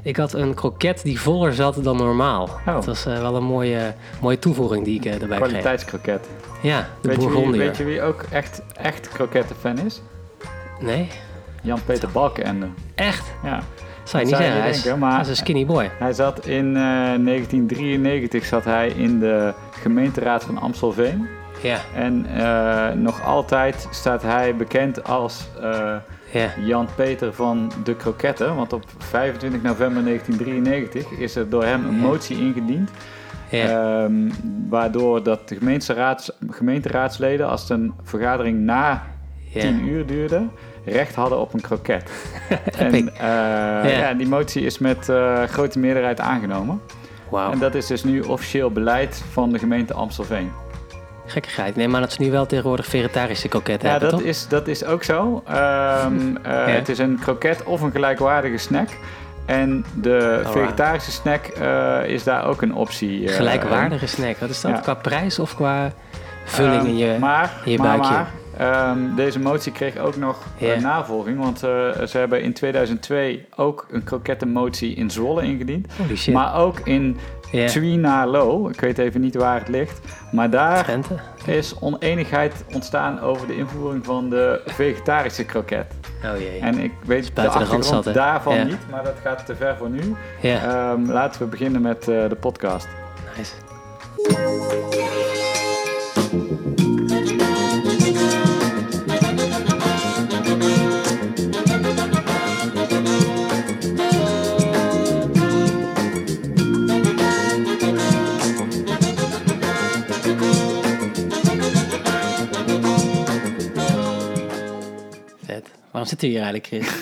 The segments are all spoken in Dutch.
Ik had een kroket die voller zat dan normaal. Oh. Dat was wel een mooie toevoeging die ik erbij kreeg. Kwaliteitskroket. Ja, de Weet Bourgondier. je wie ook echt krokettenfan is? Nee? Jan-Peter Balkenende. Echt? Ja. Zou je niet zeggen. Hij is een skinny boy. Hij zat in 1993 zat hij in de gemeenteraad van Amstelveen. Ja. En nog altijd staat hij bekend als Jan-Peter van de kroketten. Want op 25 november 1993 is er door hem een motie ingediend. Ja. Waardoor dat de gemeenteraadsleden, als het een vergadering na 10 uur duurde, recht hadden op een kroket. En die motie is met grote meerderheid aangenomen. Wow. En dat is dus nu officieel beleid van de gemeente Amstelveen. Gekkigheid. Nee, maar dat ze nu wel tegenwoordig vegetarische kroketten hebben, toch? Dat is ook zo. Het is een kroket of een gelijkwaardige snack. En de vegetarische snack is daar ook een optie. Gelijkwaardige snack, wat is dat? Qua prijs of qua vulling in je buikje? Maar deze motie kreeg ook nog navolging. Want ze hebben in 2002 ook een krokettenmotie in Zwolle ingediend. Holy shit. Maar ook in Twinalo, ik weet even niet waar het ligt. Maar daar Drenthe? is oneenigheid ontstaan over de invoering van de vegetarische kroket. Oh jee. En ik weet de achtergrond daarvan niet, maar dat gaat te ver voor nu. Laten we beginnen met de podcast. Nice. Waarom zit u hier eigenlijk, Chris?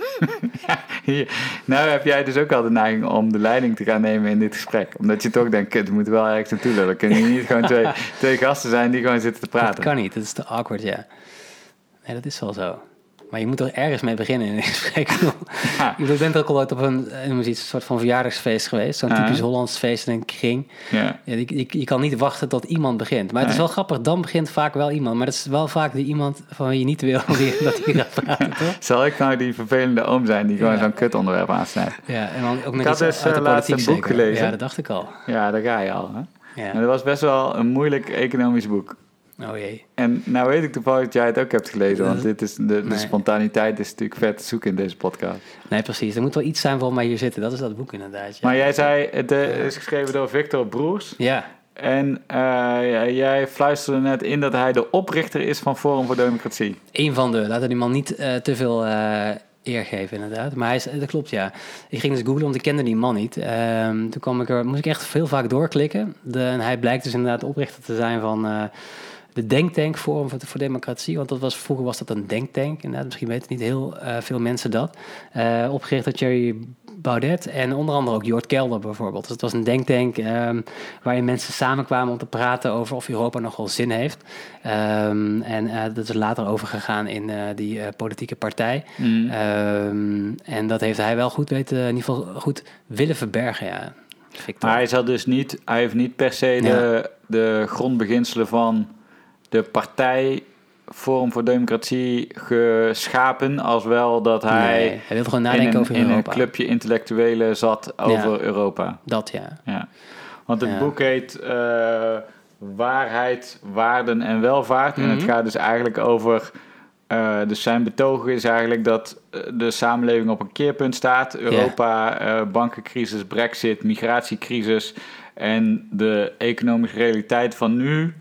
Nou heb jij dus ook al de neiging om de leiding te gaan nemen in dit gesprek. Omdat je toch denkt, we moeten wel ergens naartoe lullen. Kunnen hier niet gewoon twee gasten zijn die gewoon zitten te praten? Dat kan niet, dat is te awkward, ja. Nee, dat is wel zo. Maar je moet er ergens mee beginnen in een gesprek. Ik ben ook al ooit op een soort van verjaardagsfeest geweest. Zo'n typisch Hollands feest in een kring. Ja, je kan niet wachten tot iemand begint. Maar het is wel grappig, dan begint vaak wel iemand. Maar dat is wel vaak die iemand van wie je niet wil dat hij gaat praten, toch? Zal ik nou die vervelende oom zijn die gewoon zo'n kutonderwerp aansnijdt? Ja, en dan ook nog ik had dus laatst een boek gelezen. Ja, dat dacht ik al. Ja, daar ga je al. Hè? Ja. Maar dat was best wel een moeilijk economisch boek. Oh jee. En nou weet ik toevallig dat jij het ook hebt gelezen, want dit is de spontaniteit is natuurlijk vet te zoeken in deze podcast. Nee, precies. Er moet wel iets zijn waarom wij hier zitten. Dat is dat boek inderdaad. Ja. Maar jij zei, het is geschreven door Victor Broers. Ja. En jij fluisterde net in dat hij de oprichter is van Forum voor Democratie. Eén van de. Laten we die man niet te veel eer geven inderdaad. Maar dat klopt, ja. Ik ging dus googlen, want ik kende die man niet. Toen moest ik echt heel vaak doorklikken. En hij blijkt dus inderdaad de oprichter te zijn van de Denktank Forum voor Democratie. Want vroeger was dat een denktank. Inderdaad, misschien weten niet heel veel mensen dat. Opgericht door Thierry Baudet en onder andere ook Jort Kelder bijvoorbeeld. Dus het was een denktank waarin mensen samenkwamen om te praten over of Europa nog wel zin heeft. Dat is later overgegaan in die politieke partij. En dat heeft hij wel goed weten, in ieder geval goed willen verbergen, ja. Victor. Maar hij heeft niet per se de grondbeginselen van de partij Forum voor Democratie geschapen, als wel dat hij wilde gewoon nadenken over Europa. In een clubje intellectuelen zat over Europa. Dat, ja. Want het boek heet Waarheid, Waarden en Welvaart. En het gaat dus eigenlijk over... dus zijn betoog is eigenlijk dat de samenleving op een keerpunt staat. Europa, bankencrisis, Brexit, migratiecrisis en de economische realiteit van nu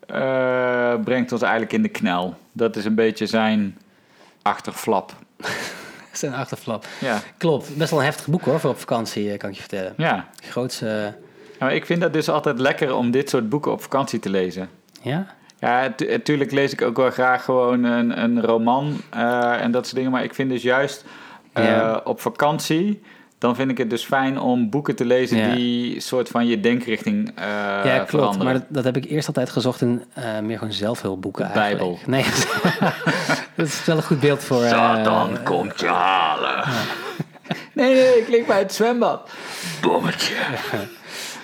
brengt ons eigenlijk in de knel. Dat is een beetje zijn achterflap. Zijn achterflap. Ja. Klopt. Best wel een heftig boek hoor, voor op vakantie, kan ik je vertellen. Ja. Grootste... Nou, ik vind dat dus altijd lekker om dit soort boeken op vakantie te lezen. Ja? Ja, natuurlijk lees ik ook wel graag gewoon een roman en dat soort dingen. Maar ik vind dus juist op vakantie... dan vind ik het dus fijn om boeken te lezen die soort van je denkrichting ja, klopt. veranderen. Maar dat heb ik eerst altijd gezocht in meer gewoon zelfhulpboeken eigenlijk. Bijbel. Nee, dat is wel een goed beeld voor... Satan komt je halen. Nee, ik lig bij het zwembad. Bommetje.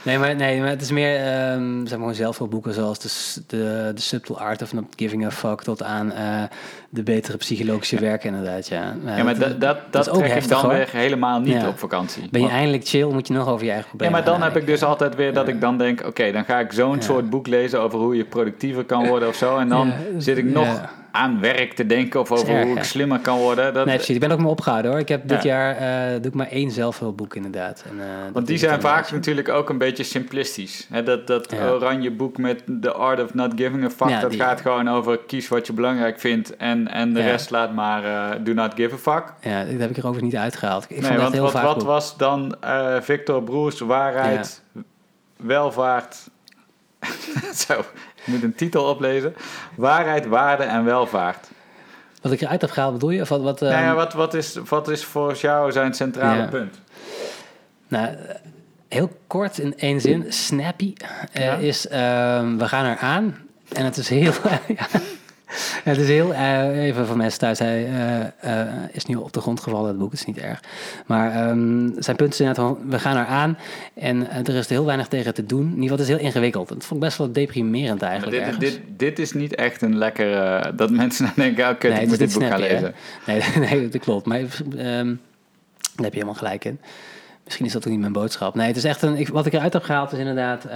Nee, maar het is meer zeg maar gewoon zelfhulpboeken zoals de Subtle Art of Not Giving a Fuck tot aan de betere psychologische werken inderdaad, ja. Maar dat ook trek heftig, ik dan hoor. weer helemaal niet Ja. op vakantie. Ben je eindelijk chill, moet je nog over je eigen Ja, problemen maar dan gaan heb ik dus altijd weer dat ik dan denk... Oké, dan ga ik zo'n soort boek lezen over hoe je productiever kan worden of zo. En dan zit ik nog aan werk te denken of over erg, hoe ik slimmer kan worden. Nee, precies. Ik ben ook maar opgehouden, hoor. Ik heb dit jaar doe ik maar 1 zelfhulpboek inderdaad. En, want die zijn vaak natuurlijk ook een beetje simplistisch. Hè, dat oranje boek met The Art of Not Giving a Fuck... dat gaat gewoon over kies wat je belangrijk vindt... en de rest laat maar do not give a fuck. Ja, dat heb ik er overigens niet uitgehaald. Ik vond Nee, het heel vaak wat was dan Victor Broers waarheid, welvaart... Zo, ik moet een titel oplezen. Waarheid, waarde en welvaart. Wat ik eruit heb gehaald, bedoel je? Of wat is voor jou zijn centrale punt? Nou, heel kort in 1 zin. Snappy is, we gaan eraan. En het is heel... Het is heel... even voor mensen thuis, hij is nu op de grond gevallen, het boek, is niet erg. Maar zijn punt is inderdaad, we gaan eraan en er is heel weinig tegen te doen. In ieder geval, het is heel ingewikkeld. Dat vond ik best wel deprimerend eigenlijk. Dit is niet echt een lekker... dat mensen dan denken, ik moet dit boek gaan lezen. Nee, dat klopt. Maar daar heb je helemaal gelijk in. Misschien is dat ook niet mijn boodschap. Nee, het is echt wat ik eruit heb gehaald is inderdaad...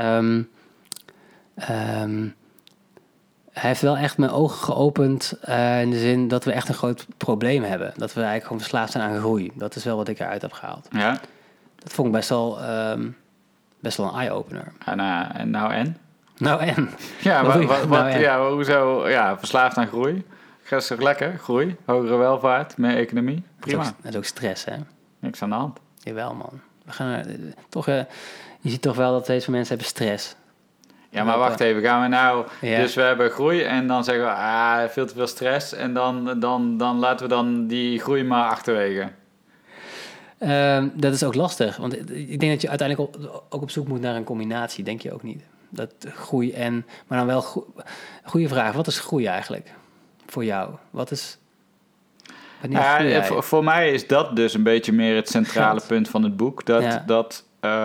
hij heeft wel echt mijn ogen geopend in de zin dat we echt een groot probleem hebben. Dat we eigenlijk gewoon verslaafd zijn aan groei. Dat is wel wat ik eruit heb gehaald. Ja. Dat vond ik best wel een eye-opener. Nou en? Ja, hoezo? Ja, verslaafd aan groei. Dat is toch lekker? Groei, hogere welvaart, meer economie. Prima. Dat is ook stress, hè? Niks aan de hand. Jawel, man. We gaan je ziet toch wel dat deze mensen hebben stress. Ja, maar wacht even. Gaan we nou... Ja. Dus we hebben groei en dan zeggen we... veel te veel stress. En dan laten we dan die groei maar achterwege. Dat is ook lastig. Want ik denk dat je uiteindelijk ook op zoek moet naar een combinatie. Denk je ook niet? Dat groei en... Maar dan wel... Goeie vraag. Wat is groei eigenlijk? Voor jou? Wat is... Voor mij is dat dus een beetje meer het centrale punt van het boek. Dat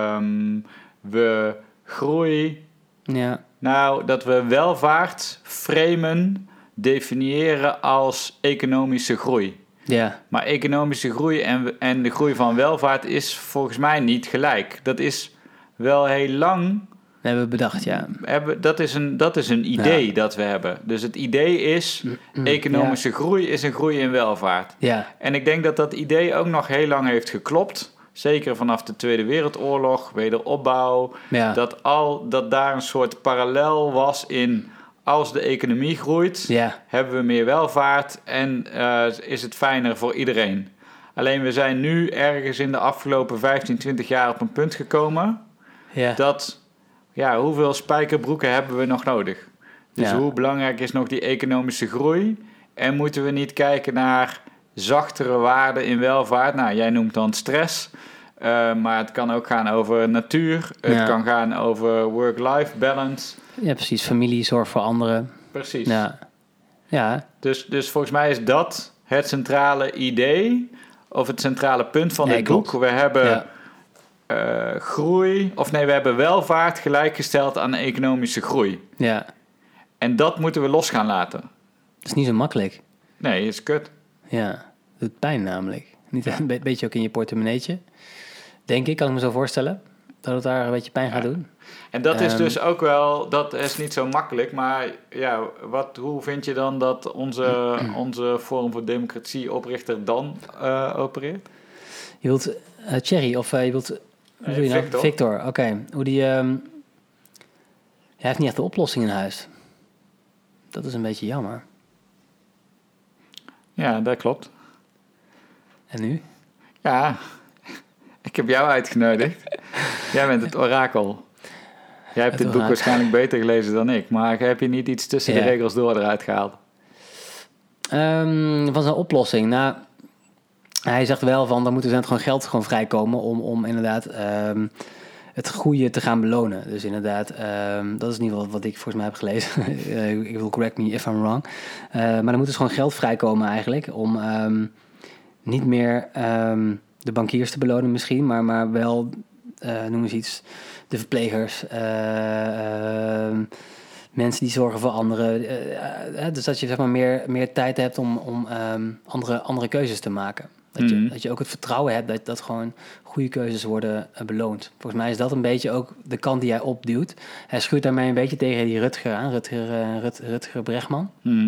we groei... Ja. Nou, dat we welvaart framen, definiëren als economische groei. Ja. Maar economische groei en de groei van welvaart is volgens mij niet gelijk. Dat is wel heel lang... Dat hebben we bedacht, ja. Dat is een idee dat we hebben. Dus het idee is, economische groei is een groei in welvaart. Ja. En ik denk dat dat idee ook nog heel lang heeft geklopt... Zeker vanaf de Tweede Wereldoorlog, wederopbouw. Ja. Dat daar een soort parallel was in... als de economie groeit, hebben we meer welvaart... en is het fijner voor iedereen. Alleen we zijn nu ergens in de afgelopen 15, 20 jaar op een punt gekomen... dat, hoeveel spijkerbroeken hebben we nog nodig? Dus hoe belangrijk is nog die economische groei? En moeten we niet kijken naar... zachtere waarden in welvaart. Nou, jij noemt dan stress. Maar het kan ook gaan over natuur. Het kan gaan over work-life balance. Ja, precies. Familie, zorg voor anderen. Precies. Ja. Dus volgens mij is dat het centrale idee... of het centrale punt van dit boek. We hebben groei... we hebben welvaart gelijkgesteld aan economische groei. Ja. En dat moeten we los gaan laten. Dat is niet zo makkelijk. Nee, dat is kut. Ja, dat doet pijn namelijk. Niet een beetje ook in je portemonneetje. Denk ik, kan ik me zo voorstellen. Dat het daar een beetje pijn gaat doen. En dat is dus ook wel... Dat is niet zo makkelijk. Maar hoe vind je dan dat onze Forum voor Democratie oprichter dan opereert? Je wilt Thierry of je wilt... Hoe doe je nou? Victor, oké. Hoe die... hij heeft niet echt de oplossing in huis. Dat is een beetje jammer. Ja, dat klopt. En nu? Ja, ik heb jou uitgenodigd. Jij bent het orakel. Jij hebt dit boek waarschijnlijk beter gelezen dan ik. Maar heb je niet iets tussen de regels door eruit gehaald? Van zijn oplossing? Nou, hij zegt wel van... dan moet er gewoon geld vrijkomen... om inderdaad het goede te gaan belonen. Dus inderdaad, dat is in ieder geval wat ik volgens mij heb gelezen. Ik wil correct me if I'm wrong. Maar er moet dus gewoon geld vrijkomen eigenlijk... om niet meer de bankiers te belonen misschien... maar wel noem eens iets, de verplegers, mensen die zorgen voor anderen. Dus dat je zeg maar meer tijd hebt om andere keuzes te maken. Dat je ook het vertrouwen hebt dat gewoon goede keuzes worden beloond. Volgens mij is dat een beetje ook de kant die hij opduwt. Hij schuurt daarmee een beetje tegen die Rutger aan, Rutger Bregman.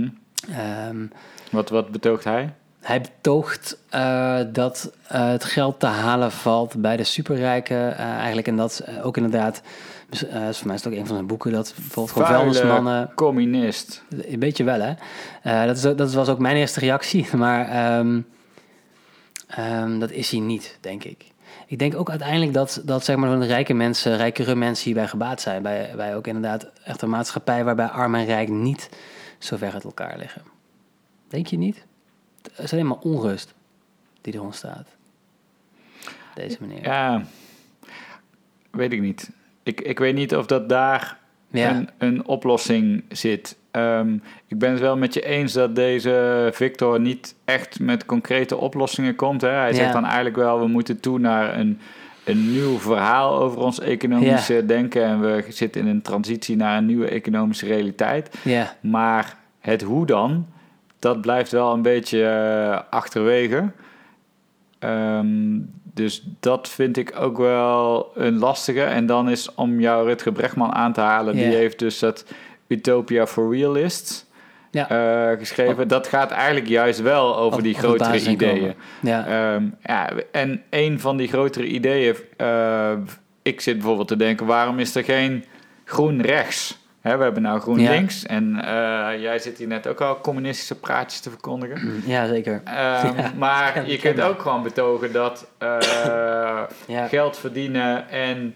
Wat betoogt hij? Hij betoogt dat het geld te halen valt bij de superrijken eigenlijk. En dat ook inderdaad, voor mij is het ook een van zijn boeken, dat bijvoorbeeld gewoon vuilnismannen... communist. Een beetje wel, hè. Dat was ook mijn eerste reactie, maar dat is hij niet, denk ik. Ik denk ook uiteindelijk dat zeg maar, van de rijkere mensen hierbij gebaat zijn. Bij ook inderdaad echt een maatschappij waarbij arm en rijk niet zo ver uit elkaar liggen. Denk je niet? Het is alleen maar onrust die er ontstaat. Deze manier. Ja, weet ik niet. Ik weet niet of dat daar een oplossing zit. Ik ben het wel met je eens dat deze Victor niet echt met concrete oplossingen komt. Hè? Hij zegt dan eigenlijk wel, we moeten toe naar een nieuw verhaal over ons economische denken. En we zitten in een transitie naar een nieuwe economische realiteit. Ja. Maar het hoe dan, dat blijft wel een beetje achterwege. Dus dat vind ik ook wel een lastige. En dan is om jou Rutger Bregman aan te halen, die heeft dus dat Utopia for Realists geschreven. Dat gaat eigenlijk juist wel over die grotere ideeën. En een van die grotere ideeën, ik zit bijvoorbeeld te denken, waarom is er geen groen rechts? We hebben nou GroenLinks en jij zit hier net ook al communistische praatjes te verkondigen. Ja, zeker. Maar je kunt ook gewoon betogen dat geld verdienen en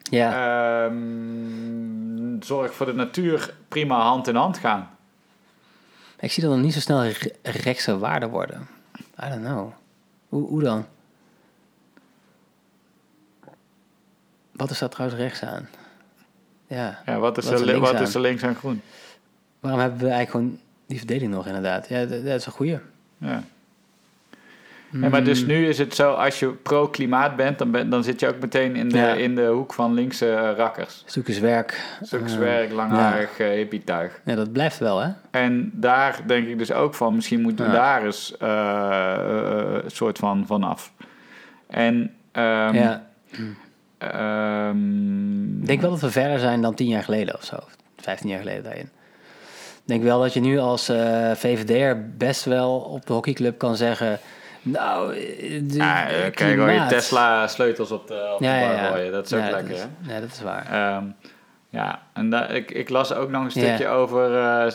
zorg voor de natuur prima hand in hand gaan. Ik zie dat nog niet zo snel rechtse waarden worden. I don't know. Hoe dan? Wat is daar trouwens rechts aan? Ja, wat is er links aan groen? Waarom hebben we eigenlijk gewoon die verdeling nog inderdaad? Ja, dat is een goeie. Ja. Ja, maar dus nu is het zo, als je pro-klimaat bent, dan zit je ook meteen in de hoek van linkse rakkers. Zoekerswerk, langharig hippietuig. Ja, dat blijft wel, hè? En daar denk ik dus ook van, misschien moeten we daar eens een soort van af. En ik denk wel dat we verder zijn dan 10 jaar geleden of zo. 15 jaar geleden daarin. Ik denk wel dat je nu als VVD'er best wel op de hockeyclub kan zeggen... Nou, kijk gewoon je Tesla sleutels op de bar gooien. Dat is ook lekker, hè? Ja, dat is waar. En ik las ook nog een stukje over...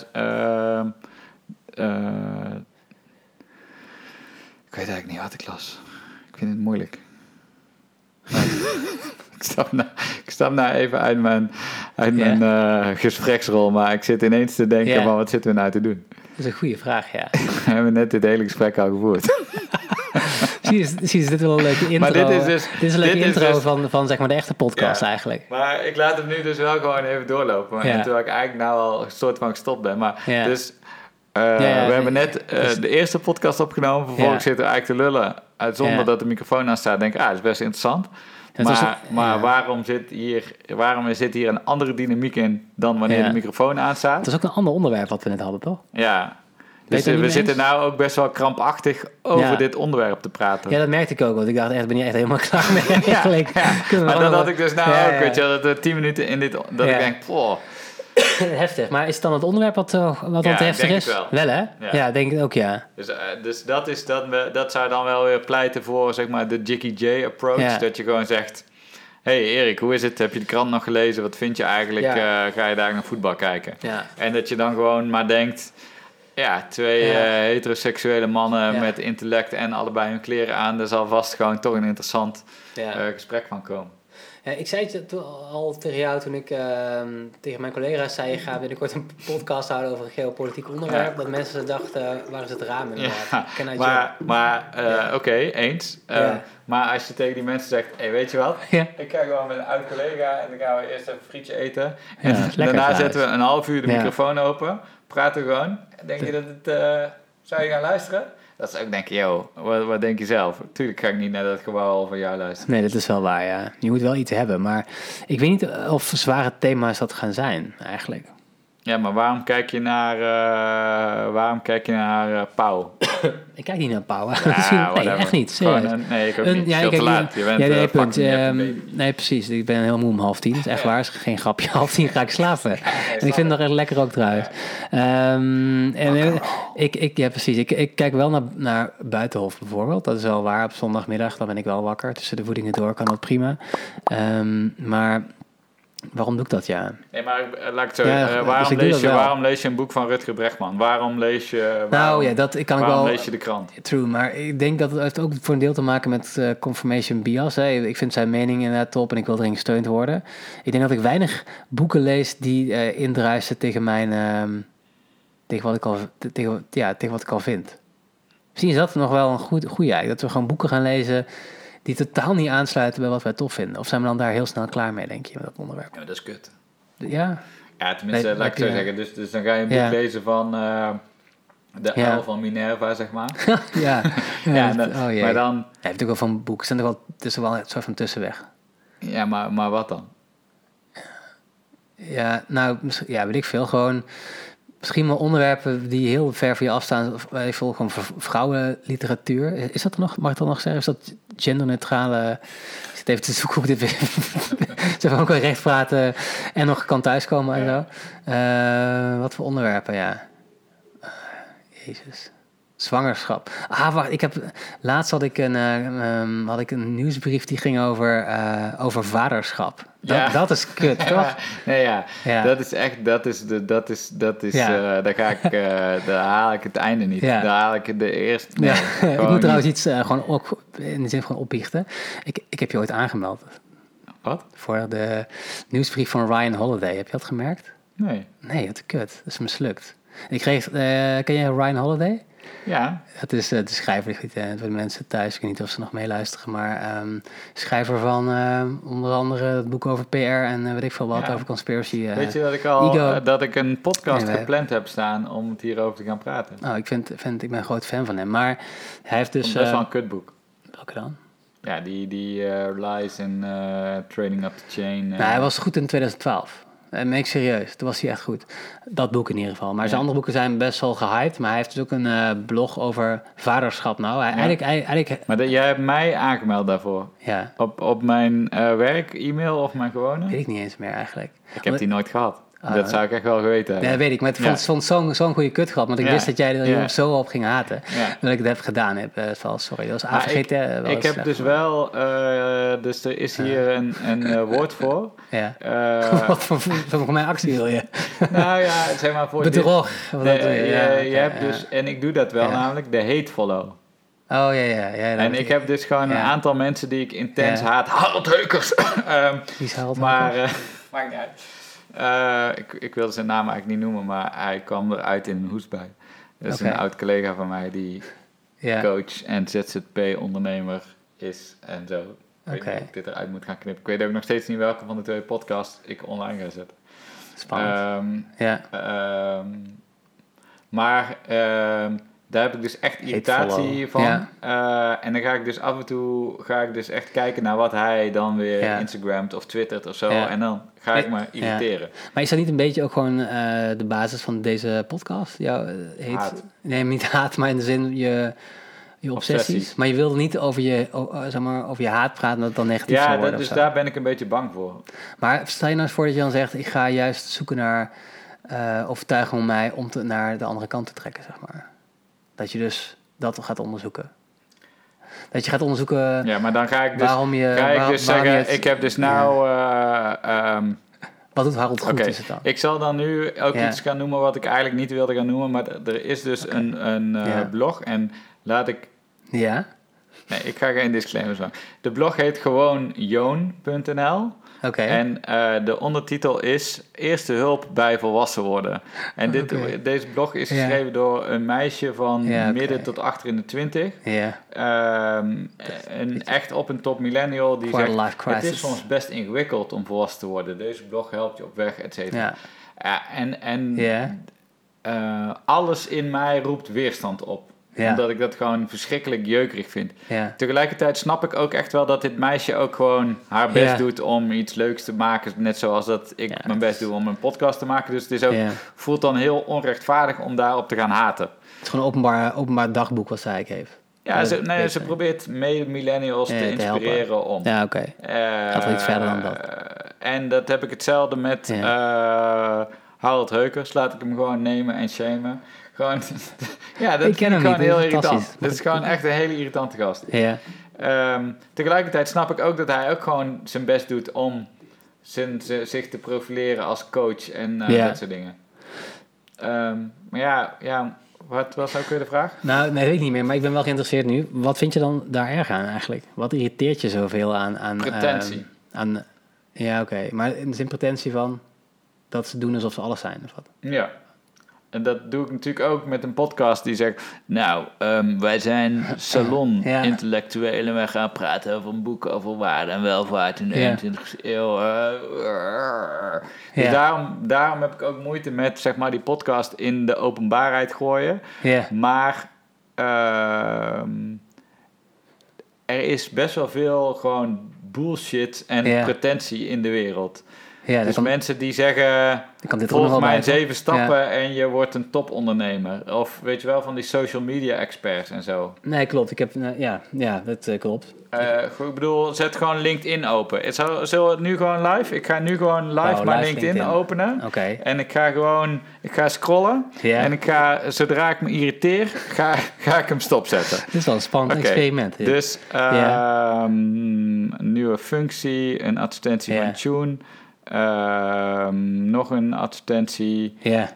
ik weet eigenlijk niet wat ik las. Ik vind het moeilijk. Ik stap nou even uit mijn gespreksrol, maar ik zit ineens te denken, maar wat zitten we nou te doen? Dat is een goede vraag, ja. We hebben net dit hele gesprek al gevoerd. Zie je, dit is wel een leuke intro. Maar dit is een leuke intro van zeg maar de echte podcast eigenlijk. Maar ik laat hem nu dus wel gewoon even doorlopen. Terwijl ik eigenlijk nou al een soort van gestopt ben. Maar dus we hebben net de eerste podcast opgenomen. Vervolgens zitten we eigenlijk te lullen zonder dat de microfoon aan staat. Denk ik, dat is best interessant. Maar waarom zit hier een andere dynamiek in dan wanneer de microfoon aanstaat? Dat is ook een ander onderwerp wat we net hadden, toch? Ja. Dus we zitten nou ook best wel krampachtig over dit onderwerp te praten. Ja, dat merkte ik ook. Want ik dacht, echt, ben je echt helemaal klaar mee? Maar dat had ik dus nou ook, weet je, dat er 10 minuten in dit... Dat ik denk, heftig. Maar is het dan het onderwerp wat heftig is? Wel, hè? Ja, denk ik ook, ja. Dus dat zou dan wel weer pleiten voor, zeg maar, de Jackie J approach. Ja. Dat je gewoon zegt... Hey Erik, hoe is het? Heb je de krant nog gelezen? Wat vind je eigenlijk? Ga je daar naar voetbal kijken? Ja. En dat je dan gewoon maar denkt... Ja, 2 heteroseksuele mannen met intellect en allebei hun kleren aan. Er zal vast gewoon toch een interessant gesprek van komen. Ja, ik zei het al tegen jou toen ik tegen mijn collega's zei... je gaat binnenkort een podcast houden over een geopolitiek onderwerp. Dat mensen dachten, waar is het raam inderdaad? Oké, eens. Maar als je tegen die mensen zegt, hey, weet je wat? Ja. Ik ga gewoon met een oud collega en dan gaan we eerst even een frietje eten. En daarna zetten we een half uur de microfoon open. Praten we gewoon. Denk je dat het... zou je gaan luisteren? Dat is ook denk ik, wat denk je zelf? Tuurlijk ga ik niet naar dat gebouw al van jou luisteren. Nee, dat is wel waar, ja. Je moet wel iets hebben, maar ik weet niet of zware thema's dat gaan zijn, eigenlijk. Ja, maar waarom kijk je naar Pauw? Ik kijk niet naar Pauw. Ja, nee, echt niet. Serieus. Nee, ik ook niet. Veel te laat. Je bent nee, punt. baby. Nee, precies. Ik ben heel moe om 9:30. Dat is echt waar. Is geen grapje. 9:30 ga ik slapen. En ik vind het nog echt lekker ook trouwens. Ja, precies. Ik kijk wel naar Buitenhof bijvoorbeeld. Dat is wel waar. Op zondagmiddag dan ben ik wel wakker. Tussen de voedingen door kan dat prima. Maar waarom doe ik dat, ja? Nee, maar laat ik het zo... waarom lees je een boek van Rutger Bregman? Waarom lees je... waarom lees je de krant? True, maar ik denk dat het heeft ook voor een deel te maken met confirmation bias. Hè. Ik vind zijn mening inderdaad top en ik wil erin gesteund worden. Ik denk dat ik weinig boeken lees die indruisen tegen mijn... tegen wat ik al vind. Misschien is dat nog wel een goede eigenlijk. Dat we gewoon boeken gaan lezen die totaal niet aansluiten bij wat wij tof vinden. Of zijn we dan daar heel snel klaar mee, denk je, met dat onderwerp? Ja, dat is kut. Ja? Ja, tenminste, laat ik zo zeggen. Dus dan ga je een boek lezen van de uil van Minerva, zeg maar. Maar dan... Ja, je hebt ook wel van boeken. Het is wel een soort van tussenweg. Ja, maar wat dan? Ja, nou, weet ik veel. Gewoon... Misschien wel onderwerpen die heel ver van je afstaan. Even gewoon vrouwenliteratuur. Is dat er nog? Mag ik dat nog zeggen? Is dat genderneutrale... Ik zit even te zoeken hoe dit weer... Ze ook wel recht praten en nog kan thuiskomen en zo. Wat voor onderwerpen, ja. Jezus. Zwangerschap. Wacht, laatst had ik een nieuwsbrief die ging over vaderschap. Dat is kut, toch? Nee, ja. Dat is echt, daar haal ik het einde niet. Ja. Daar haal ik de eerste... Nee, ik moet trouwens iets gewoon ook, in de zin van opbiechten. Ik heb je ooit aangemeld. Wat? Voor de nieuwsbrief van Ryan Holiday. Heb je dat gemerkt? Nee. Nee, wat kut. Dat is mislukt. Ik kreeg, ken je Ryan Holiday? Ja. Het is de schrijver, voor de mensen thuis, ik weet niet of ze nog meeluisteren, maar schrijver van onder andere het boek over PR en weet ik veel wat, over conspiracy. Weet je dat ik een podcast gepland heb staan om het hierover te gaan praten? Oh, ik ben een groot fan van hem, maar hij heeft dus... best wel een kutboek. Welke dan? Ja, die Lies and Trading Up the Chain. Hij was goed in 2012. Meen ik serieus, toen was hij echt goed. Dat boek in ieder geval. Maar zijn andere boeken zijn best wel gehyped. Maar hij heeft dus ook een blog over vaderschap. Nou, eigenlijk... Maar jij hebt mij aangemeld daarvoor. Ja. Op mijn werk-e-mail of mijn gewone? Weet ik niet eens meer eigenlijk. Ik heb die nooit gehad. Dat zou ik echt wel geweten hebben. Ja, weet ik. Maar het vond zo'n goede kut gehad. Want ik wist dat jij er zo op ging haten. Dat ik het heb gedaan heb. Sorry, dat was AVGT. Ik heb dus wel... dus er is hier een woord voor. Ja. Wat voor mijn actie wil je? Nou ja, zeg maar voor bedrog. Je hebt dus... En ik doe dat wel namelijk. De hate follow. Oh, ja. En ik heb dus gewoon een aantal mensen die ik intens haat. Harold Heukers! Wie is Harold maar... maakt niet uit. Ik wilde zijn naam eigenlijk niet noemen, maar hij kwam eruit in een hoestbui. Dat is een oud collega van mij die coach en ZZP-ondernemer is en zo. Ik weet niet of ik dit eruit moet gaan knippen. Ik weet ook nog steeds niet welke van de twee podcasts ik online ga zetten. Spannend. Maar daar heb ik dus echt irritatie van. Ja. En dan ga ik dus af en toe echt kijken naar wat hij dan weer Instagramt of twittert of zo. Ja. En dan ga ik me irriteren. Maar is dat niet een beetje ook gewoon de basis van deze podcast? Haat. Nee, niet haat, maar in de zin je obsessies. Maar je wilde niet over je haat praten, dat het dan negatief zou worden. Ja, dus daar ben ik een beetje bang voor. Maar stel je nou eens voor dat je dan zegt, ik ga juist zoeken naar overtuiging om mij om naar de andere kant te trekken, zeg maar. Dat je dus dat gaat onderzoeken. Dat je gaat onderzoeken. Ja, maar dan ga ik dus zeggen, ik heb dus nou. Wat doet Harold goed is het dan? Ik zal dan nu ook iets gaan noemen wat ik eigenlijk niet wilde gaan noemen, maar er is dus een blog en laat ik. Ja. Nee, ik ga geen disclaimers maken. De blog heet gewoon joon.nl. En de ondertitel is Eerste hulp bij volwassen worden. En deze blog is geschreven door een meisje van midden tot achter in de 20. En echt op een top millennial die zegt, het is soms best ingewikkeld om volwassen te worden. Deze blog helpt je op weg, et cetera. Alles in mij roept weerstand op. Ja. Omdat ik dat gewoon verschrikkelijk jeukerig vind. Ja. Tegelijkertijd snap ik ook echt wel dat dit meisje ook gewoon haar best doet om iets leuks te maken. Net zoals dat ik mijn best doe om een podcast te maken. Dus het is ook, voelt dan heel onrechtvaardig om daarop te gaan haten. Het is gewoon een openbaar dagboek wat zij eigenlijk heeft. Ja, ze probeert millennials te inspireren om. Ja, oké. Gaat wel iets verder dan dat. En dat heb ik hetzelfde met Harold Heukers. Laat ik hem gewoon nemen en shamen. Gewoon, ja, dat vind ik gewoon heel irritant. Dat is gewoon echt een hele irritante gast. Ja. Tegelijkertijd snap ik ook dat hij ook gewoon zijn best doet om zich te profileren als coach en dat soort dingen. Maar ja, wat was ook weer de vraag? Nou, nee, weet ik niet meer, maar ik ben wel geïnteresseerd nu. Wat vind je dan daar erg aan eigenlijk? Wat irriteert je zoveel aan pretentie. Ja, oké. Maar in de zin pretentie van dat ze doen alsof ze alles zijn, of wat? Ja. En dat doe ik natuurlijk ook met een podcast die zegt... Nou, wij zijn salon-intellectuelen en wij gaan praten over een boek over waarde en welvaart in de 21e eeuw. Dus daarom heb ik ook moeite met, zeg maar, die podcast in de openbaarheid gooien. Ja. Maar er is best wel veel gewoon bullshit en pretentie in de wereld. Ja, dus mensen die zeggen, volg mijn 7 stappen en je wordt een topondernemer. Of weet je wel, van die social media experts en zo. Nee, klopt. Ik heb, dat klopt. Ik bedoel, zet gewoon LinkedIn open. Zullen we het nu gewoon live? Ik ga nu gewoon live mijn LinkedIn openen. Okay. En ik ga scrollen. Yeah. En ik ga, zodra ik me irriteer, ga ik hem stopzetten. Dit is wel een spannend experiment. Dus nieuwe functie, een advertentie van Tune... nog een advertentie. Ja.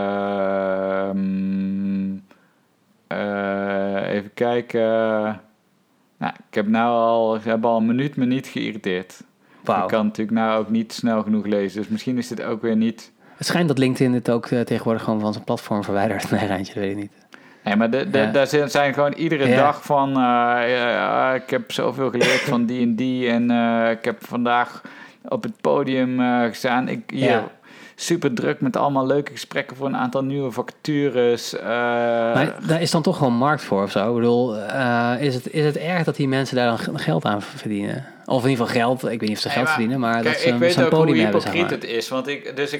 Even kijken. Nou, ik heb al een minuut me niet geïrriteerd. Wow. Ik kan natuurlijk nou ook niet snel genoeg lezen. Dus misschien is dit ook weer niet... Het schijnt dat LinkedIn dit ook tegenwoordig gewoon van zijn platform verwijdert. Nee, Rijntje, dat weet ik niet. Nee, maar daar zijn gewoon iedere dag van... ik heb zoveel geleerd van die en die. En ik heb vandaag... op het podium gestaan. Super druk met allemaal leuke gesprekken voor een aantal nieuwe vacatures. Maar daar is dan toch gewoon markt voor of zo? Ik bedoel, is het erg dat die mensen daar dan geld aan verdienen? Of in ieder geval geld, ik weet niet of ze geld verdienen, maar dat ze ik weet zo'n ook podium hoe hebben, hypocriet het is. Want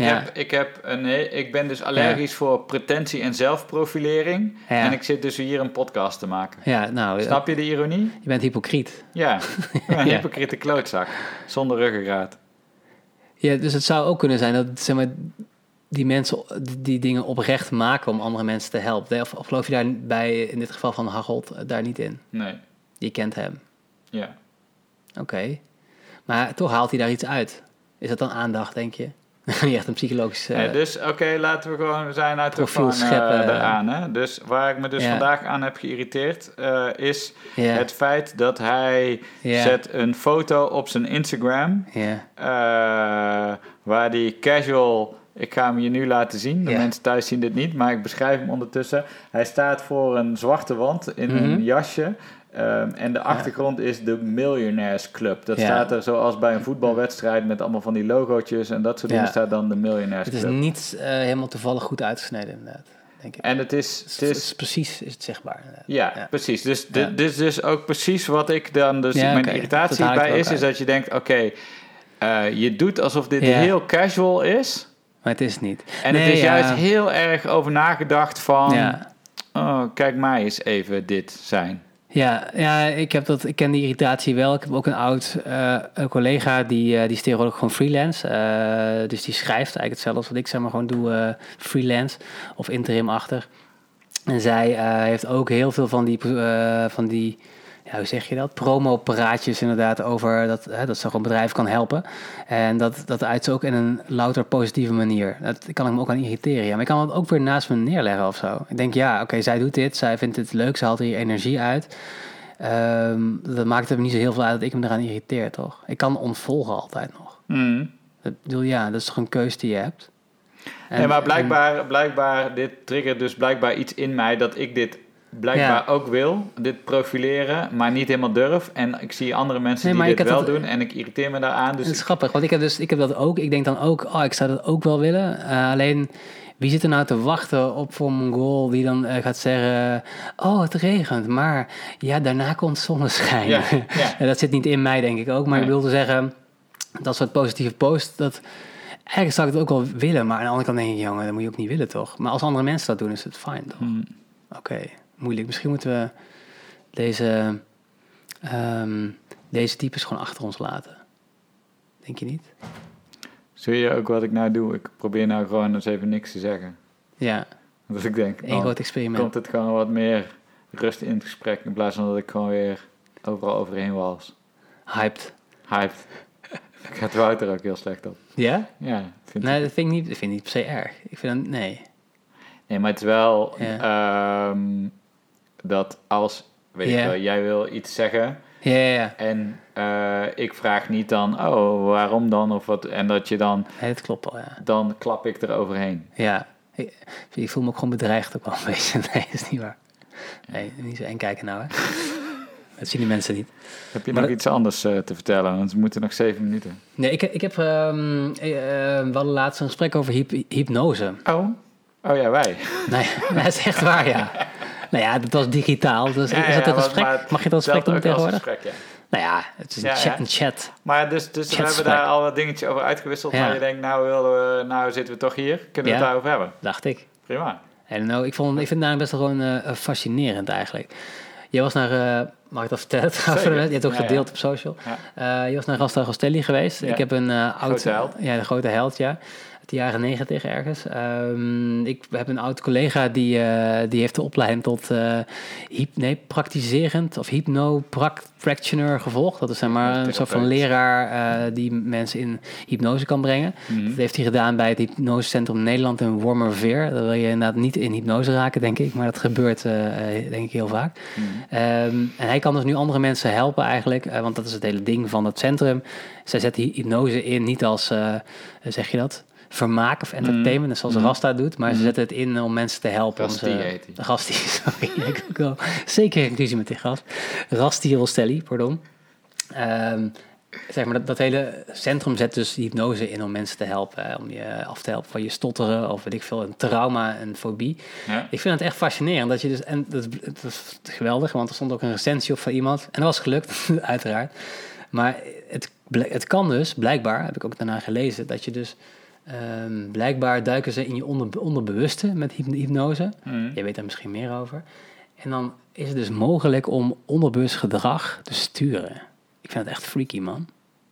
ik ben dus allergisch voor pretentie en zelfprofilering. Ja. En ik zit dus hier een podcast te maken. Ja, nou, snap je de ironie? Je bent hypocriet. Ja, een hypocriete klootzak. Zonder ruggengraat. Ja, dus het zou ook kunnen zijn dat, zeg maar, die mensen die dingen oprecht maken om andere mensen te helpen. Of geloof je daarbij, in dit geval van Harold, daar niet in? Nee. Je kent hem? Ja. Oké. Maar toch haalt hij daar iets uit. Is dat dan aandacht, denk je? Niet echt een psychologische... Dus laten we gewoon zijn uitgevallen eraan. Hè? Dus waar ik me dus vandaag aan heb geïrriteerd... is het feit dat hij zet een foto op zijn Instagram... waar die casual... Ik ga hem je nu laten zien. De mensen thuis zien dit niet, maar ik beschrijf hem ondertussen. Hij staat voor een zwarte wand in een jasje... en de achtergrond is de Millionaires Club. Dat staat er zoals bij een voetbalwedstrijd met allemaal van die logootjes en dat soort dingen staat dan de Millionaires Club. Het is niet helemaal toevallig goed uitgesneden inderdaad, denk ik. En het is precies is het zichtbaar. Ja, precies. Dus dit is dus ook precies wat ik dan mijn irritatie bij is dat je denkt, je doet alsof dit heel casual is. Maar het is niet. En het is juist heel erg over nagedacht van, kijk mij eens even dit zijn. Ja, ik ken die irritatie wel. Ik heb ook een collega die is tegenwoordig gewoon freelance. Dus die schrijft eigenlijk hetzelfde als wat ik zeg maar gewoon doe, freelance of interimachtig. En zij heeft ook heel veel van die hoe zeg je dat? Promo-praatjes inderdaad over dat ze gewoon bedrijven kan helpen. En dat uit ze ook in een louter positieve manier. Dat kan ik me ook aan irriteren. Ja. Maar ik kan het ook weer naast me neerleggen of zo. Ik denk, zij doet dit. Zij vindt het leuk. Ze haalt er hier energie uit. Dat maakt er niet zo heel veel uit dat ik me eraan irriteer, toch? Ik kan ontvolgen altijd nog. Ik bedoel, dat is toch een keus die je hebt? Maar blijkbaar, dit triggert dus blijkbaar iets in mij dat ik dit... blijkbaar ook wil, dit profileren, maar niet helemaal durf. En ik zie andere mensen die dit wel doen en ik irriteer me daaraan. Dus het is grappig, want ik heb dat ook. Ik denk dan ook, ik zou dat ook wel willen. Alleen, Wie zit er nou te wachten op voor een Mongool die dan gaat zeggen... oh, het regent, maar ja, daarna komt zonneschijn. Ja. En dat zit niet in mij, denk ik ook. Maar ik wilde zeggen, dat soort positieve post... dat eigenlijk zou ik het ook wel willen... maar aan de andere kant denk ik, jongen, dat moet je ook niet willen, toch? Maar als andere mensen dat doen, is het fijn, toch? Oké, moeilijk. Misschien moeten we deze types gewoon achter ons laten. Denk je niet? Zie je ook wat ik nou doe? Ik probeer nou gewoon eens even niks te zeggen. Ja. Dus ik denk, Eén groot experiment. Komt het gewoon wat meer rust in het gesprek... in plaats van dat ik gewoon weer overal overheen wals. Hyped. Ik ga het Wouter ook heel slecht op. Ja? Ja. Dat vind ik niet per se erg. Ik vind dat, nee. Nee, maar het is wel dat als, weet je wel, jij wil iets zeggen... Ja. En ik vraag niet dan, oh, waarom dan? Of wat, en dat je dan... Nee, dat klopt al, ja. Dan klap ik er overheen. Ja. Ik voel me ook gewoon bedreigd ook wel een beetje. Nee, dat is niet waar. Nee, niet zo eng kijken nou, hè. Dat zien die mensen niet. Heb je nog iets anders te vertellen? Want we moeten nog 7 minuten. Nee, ik heb... we hadden laatst een gesprek over hypnose. Oh ja, wij. Nee, dat is echt waar, ja. Nou ja, dat was digitaal. Dus is dat een gesprek? Mag je dat gesprek doen tegenwoordig? Gesprek, Nou ja, het is een chat. Maar dus we hebben daar al wat dingetjes over uitgewisseld. Ja. Maar je denkt, nou zitten we toch hier. Kunnen we het daarover hebben? Dacht ik. Prima. En ik vind het namelijk best wel gewoon fascinerend eigenlijk. Je was naar... mag ik dat vertellen? Je hebt het ook gedeeld op social. Ja. Je was naar Rasta Rostelli geweest. Ja. Ik heb een grote held. Ja, de grote held, ja. De jaren 90 ergens. Ik heb een oud collega die heeft de opleiding tot praktiserend of hypno-practitioner gevolgd. Dat is zeg maar een soort van leraar die mensen in hypnose kan brengen. Mm-hmm. Dat heeft hij gedaan bij het Hypnosecentrum Nederland in Wormerveer. Daar wil je inderdaad niet in hypnose raken, denk ik. Maar dat gebeurt denk ik heel vaak. Mm-hmm. En hij kan dus nu andere mensen helpen eigenlijk. Want dat is het hele ding van het centrum. Zij zetten hypnose in niet als, zeg je dat... vermaak of entertainment, zoals Rasta doet, maar ze zetten het in om mensen te helpen. Rasti heet hij. Rasti, sorry. Ik heb wel zeker een ruzie met die gast. Rasti Rostelli, pardon. Zeg maar, dat hele centrum zet dus hypnose in om mensen te helpen. Om je af te helpen van je stotteren of weet ik veel, een trauma, een fobie. Ja. Ik vind het echt fascinerend. Dat je dus, en het was geweldig, want er stond ook een recensie op van iemand. En dat was gelukt, uiteraard. Maar het kan dus, blijkbaar, heb ik ook daarna gelezen, dat je dus... blijkbaar duiken ze in je onderbewuste met hypnose. Je weet daar misschien meer over. En dan is het dus mogelijk om onderbewust gedrag te sturen. Ik vind het echt freaky, man.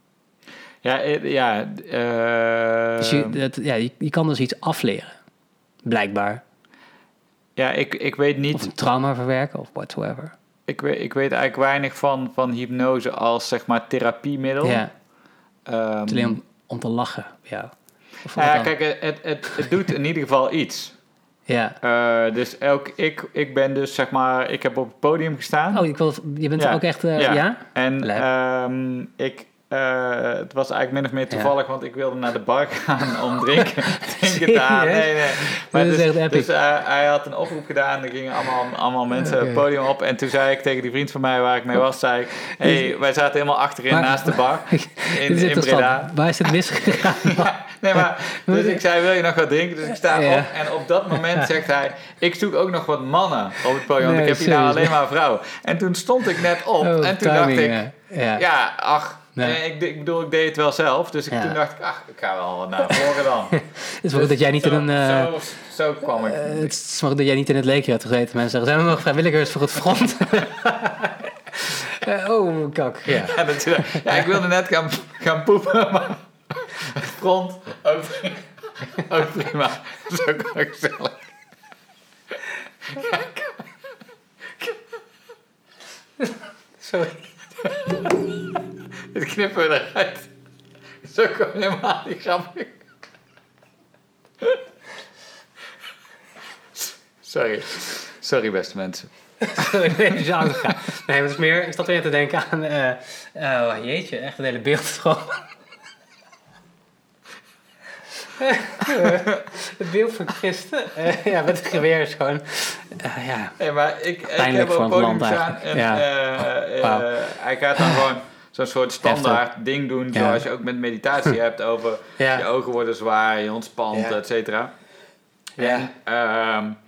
Ja. Dus je kan dus iets afleren. Blijkbaar. Ja, ik weet niet... Of een trauma verwerken of whatsoever. Ik weet eigenlijk weinig van hypnose als, zeg maar, therapiemiddel. Ja. Het is alleen om te lachen, ja. Kijk, het doet in ieder geval iets. Ja. Dus ik ben dus, zeg maar, ik heb op het podium gestaan. Oh, je bent ook echt, ja? En het was eigenlijk min of meer toevallig, want ik wilde naar de bar gaan om drinken te halen. Nee. Maar dus hij had een oproep gedaan, er gingen allemaal mensen het podium op. En toen zei ik tegen die vriend van mij waar ik mee was, zei ik, hey, wij zaten helemaal achterin naast de bar in Breda. Waar is het misgegaan? Nee, maar dus ik zei, wil je nog wat drinken? Dus ik sta op en op dat moment zegt hij, ik zoek ook nog wat mannen op het podium, want ik heb hier nou alleen maar vrouwen. En toen stond ik net op en toen dacht ik, ik bedoel, ik deed het wel zelf, dus toen dacht ik, ik ga wel naar voren dan. Het is wel goed dat jij niet zo kwam ik. Het is wel goed dat jij niet in het leger hebt gezeten. Mensen zeggen, zijn er nog vrijwilligers voor het front? Oh, kak. Ja, ik wilde net gaan poepen, maar het front ook prima. Dat is ook wel gezellig. Sorry. Dit knippen we eruit. Dat is ook gewoon helemaal niet grappig. Sorry, beste mensen. Sorry, nee, zo gaan. Nee, het is meer... Ik zat weer te denken aan... jeetje, echt een hele beeldstroom. Het beeld van Christen. Met het geweer is gewoon... Nee, maar ik heb op het podium gestaan en hij gaat dan gewoon zo'n soort standaard ding doen, zoals je ook met meditatie hebt over je ogen worden zwaar, je ontspant, et cetera. Ja. En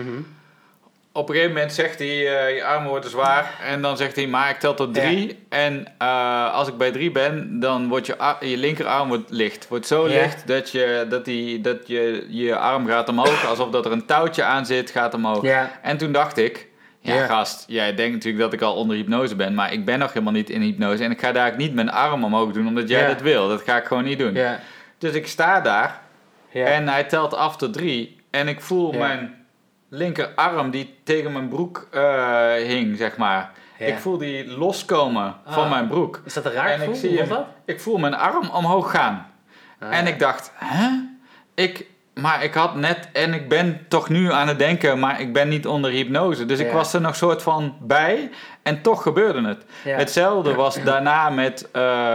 op een gegeven moment zegt hij, je armen worden zwaar. En dan zegt hij, maar ik tel tot 3. Ja. En als ik bij 3 ben, dan wordt je linkerarm wordt licht. Wordt zo licht dat je arm gaat omhoog. Alsof dat er een touwtje aan zit, gaat omhoog. Ja. En toen dacht ik, gast, jij denkt natuurlijk dat ik al onder hypnose ben. Maar ik ben nog helemaal niet in hypnose. En ik ga daar niet mijn arm omhoog doen, omdat jij dat wil. Dat ga ik gewoon niet doen. Ja. Dus ik sta daar. Ja. En hij telt af tot 3. En ik voel mijn linkerarm die tegen mijn broek hing, zeg maar. Ja. Ik voel die loskomen van mijn broek. Is dat een raar gevoel? Ik voel mijn arm omhoog gaan. En ik dacht, hè? Maar ik had net... En ik ben toch nu aan het denken, maar ik ben niet onder hypnose. Dus ik was er nog soort van bij. En toch gebeurde het. Ja. Hetzelfde was daarna met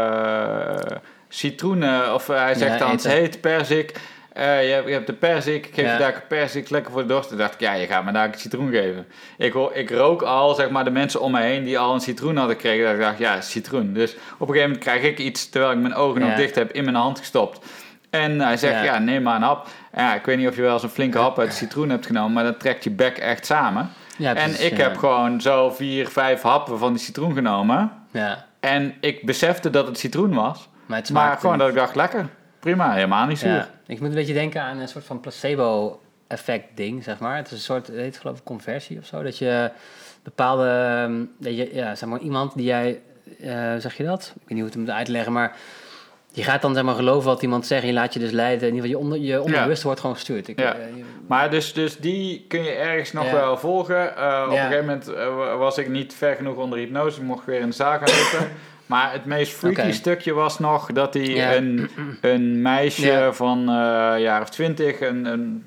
citroenen. Of hij zegt dan, het heet perzik. Je hebt de perzik, ik geef je daar een perzik lekker voor de dorst. Toen dacht ik, je gaat me daar een citroen geven. Ik rook al, zeg maar, de mensen om me heen die al een citroen hadden gekregen. Dat ik dacht, citroen. Dus op een gegeven moment krijg ik iets, terwijl ik mijn ogen nog dicht heb, in mijn hand gestopt. En hij zegt, neem maar een hap. Ja, ik weet niet of je wel eens een flinke hap uit de citroen hebt genomen, maar dat trekt je bek echt samen. Ja, precies, en ik heb gewoon zo 4, 5 happen van die citroen genomen. Ja. En ik besefte dat het citroen was. Maar gewoon dat ik dacht, lekker. Prima, helemaal niet zuur. Ja, ik moet een beetje denken aan een soort van placebo-effect ding, zeg maar. Het is een soort, het heet geloof ik conversie of zo. Dat je bepaalde, zeg maar iemand die jij, zeg je dat? Ik weet niet hoe het moet uitleggen, maar je gaat dan zeg maar geloven wat iemand zegt en je laat je dus leiden. In ieder geval je onderbewust wordt gewoon gestuurd. Maar dus die kun je ergens nog wel volgen. Op een gegeven moment was ik niet ver genoeg onder hypnose. Ik mocht weer in de zaal gaan zitten. Maar het meest freaky stukje was nog dat hij een meisje van jaar of 20, een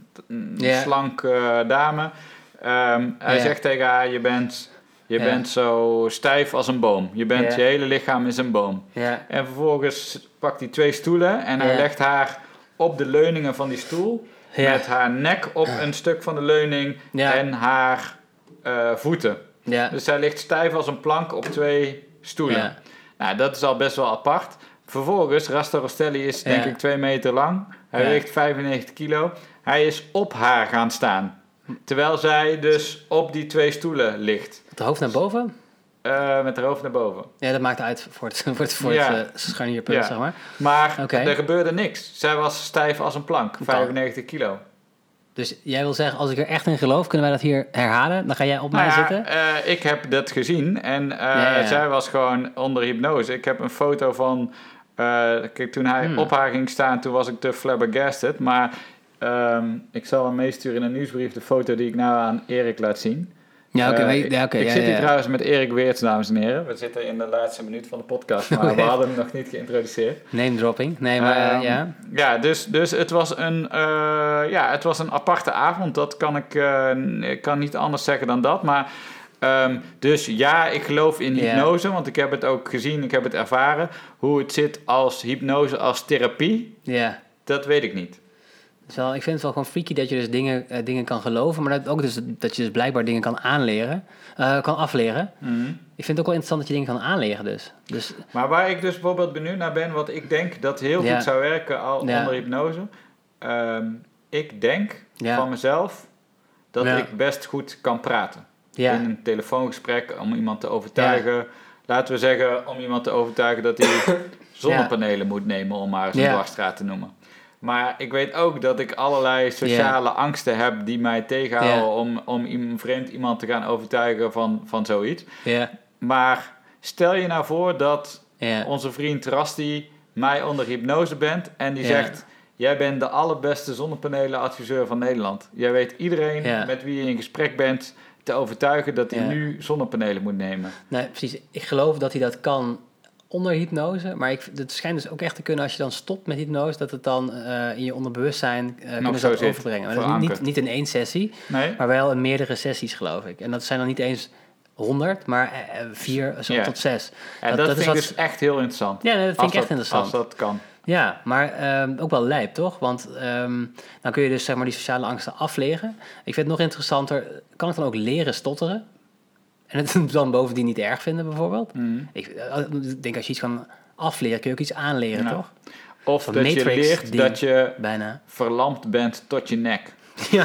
slank dame. Hij zegt tegen haar, je bent zo stijf als een boom. Je hele lichaam is een boom. Ja. En vervolgens pakt hij 2 stoelen en hij legt haar op de leuningen van die stoel. Ja. Met haar nek op een stuk van de leuning en haar voeten. Ja. Dus zij ligt stijf als een plank op 2 stoelen. Ja. Nou, dat is al best wel apart. Vervolgens, Rasta Rostelli is denk ik 2 meter lang. Hij weegt 95 kilo. Hij is op haar gaan staan. Terwijl zij dus op die 2 stoelen ligt. Met de hoofd naar boven? Met de hoofd naar boven. Ja, dat maakt uit voor het scharnierpunt, zeg maar. Maar er gebeurde niks. Zij was stijf als een plank, 95 kilo. Dus jij wil zeggen, als ik er echt in geloof, kunnen wij dat hier herhalen? Dan ga jij op mij zitten? Ik heb dat gezien en zij was gewoon onder hypnose. Ik heb een foto van... kijk, toen hij op haar ging staan, toen was ik te flabbergasted. Maar ik zal hem meesturen in een nieuwsbrief de foto die ik nou aan Erik laat zien. Ja, oké. Ik zit hier trouwens met Erik Weerts, dames en heren. We zitten in de laatste minuut van de podcast, maar we hadden hem nog niet geïntroduceerd. Name dropping. Nee, maar Ja, dus het was het was een aparte avond. Dat ik kan niet anders zeggen dan dat. Maar dus ik geloof in hypnose, want ik heb het ook gezien, ik heb het ervaren. Hoe het zit als hypnose, als therapie, dat weet ik niet. Ik vind het wel gewoon freaky dat je dus dingen kan geloven, maar dat je dus blijkbaar dingen kan aanleren, kan afleren. Mm-hmm. Ik vind het ook wel interessant dat je dingen kan aanleren dus. Maar waar ik dus bijvoorbeeld benieuwd naar ben, wat ik denk dat heel goed zou werken onder hypnose. Ik denk van mezelf dat ik best goed kan praten. Ja. In een telefoongesprek om iemand te overtuigen. Ja. Laten we zeggen, om iemand te overtuigen dat hij zonnepanelen moet nemen, om maar eens een dwarsstraat te noemen. Maar ik weet ook dat ik allerlei sociale angsten heb die mij tegenhouden om een vreemd iemand te gaan overtuigen van zoiets. Maar stel je nou voor dat onze vriend Rasti mij onder hypnose bent en die zegt, jij bent de allerbeste zonnepanelenadviseur van Nederland. Jij weet iedereen met wie je in gesprek bent te overtuigen dat hij nu zonnepanelen moet nemen. Nee, precies. Ik geloof dat hij dat kan onder hypnose, maar het schijnt dus ook echt te kunnen als je dan stopt met hypnose, dat het dan in je onderbewustzijn kunnen ze dat overbrengen. Maar dat niet in 1 sessie, maar wel in meerdere sessies, geloof ik. En dat zijn dan niet eens 100, maar 4 tot 6. En dat vind ik dus echt heel interessant. Ja, dat vind ik echt interessant. Als dat kan. Ja, maar ook wel lijp, toch? Want dan kun je dus zeg maar die sociale angsten afleren. Ik vind het nog interessanter, kan ik dan ook leren stotteren? En het dan bovendien niet erg vinden, bijvoorbeeld. Mm. Ik denk, als je iets kan afleren, kun je ook iets aanleren, toch? Of dat je leert dat je verlamd bent tot je nek. Ja.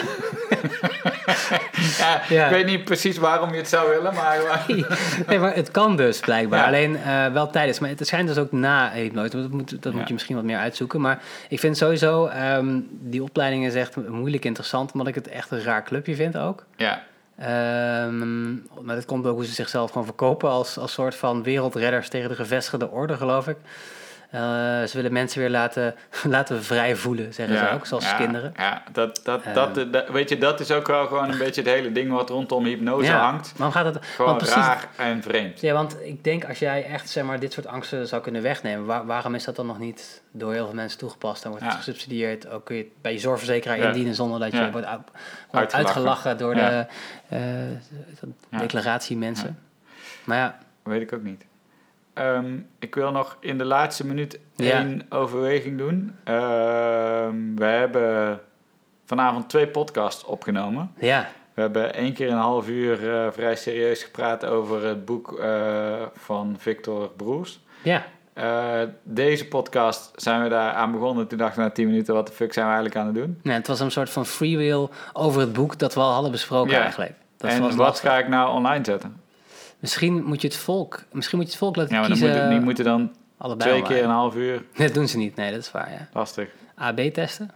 Ik weet niet precies waarom je het zou willen, maar... Nee, maar het kan dus blijkbaar. Ja. Alleen wel tijdens. Maar het schijnt dus ook na hypnose. Dat moet je misschien wat meer uitzoeken. Maar ik vind sowieso die opleiding is echt moeilijk interessant, omdat ik het echt een raar clubje vind ook. Ja. Maar dat komt ook hoe ze zichzelf gewoon verkopen als soort van wereldredders tegen de gevestigde orde, geloof ik. Ze willen mensen weer laten vrij voelen, zeggen ze ook, zoals kinderen. Ja, weet je, dat is ook wel gewoon een beetje het hele ding wat rondom hypnose hangt. Waarom gaat het gewoon raar en vreemd. Ja, want ik denk als jij echt zeg maar dit soort angsten zou kunnen wegnemen, waarom is dat dan nog niet door heel veel mensen toegepast en wordt het gesubsidieerd? Ook kun je het bij je zorgverzekeraar indienen zonder dat je wordt uitgelachen door de declaratiemensen. Maar ja. Weet ik ook niet. Ik wil nog in de laatste minuut 1 overweging doen. We hebben vanavond 2 podcasts opgenomen. Ja. We hebben 1 keer een half uur vrij serieus gepraat over het boek van Victor Broers. Ja. Deze podcast zijn we daar aan begonnen. Toen dachten we na 10 minuten, wat de fuck zijn we eigenlijk aan het doen? Nee, het was een soort van freewheel over het boek dat we al hadden besproken eigenlijk. En wat ga ik nou online zetten? Misschien moet je het volk laten kiezen. Ja, maar die moeten dan allebei 2 keer een half uur. Dat doen ze niet, nee, dat is waar, ja. Lastig. AB testen?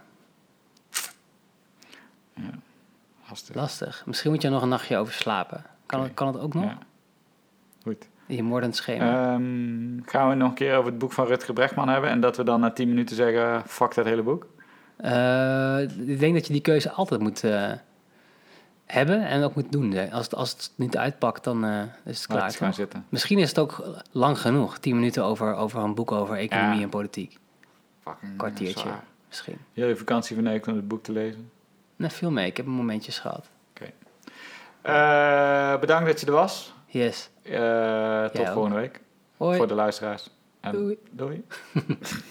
Ja, lastig. Misschien moet je er nog een nachtje over slapen. Kan het ook nog? Ja. Goed. In je moordend schema. Gaan we nog een keer over het boek van Rutger Bregman hebben en dat we dan na 10 minuten zeggen, fuck dat hele boek? Ik denk dat je die keuze altijd moet hebben en ook moet doen. Als het niet uitpakt, dan is het klaar. Gaan zitten. Misschien is het ook lang genoeg. 10 minuten over een boek over economie en politiek. Fucking kwartiertje, zwaar. misschien. Heel je vakantie verneukt om het boek te lezen? Nee, veel mee. Ik heb momentjes gehad. Oké. Bedankt dat je er was. Yes. Tot volgende week. Hoi. Voor de luisteraars. En Doei. Doei.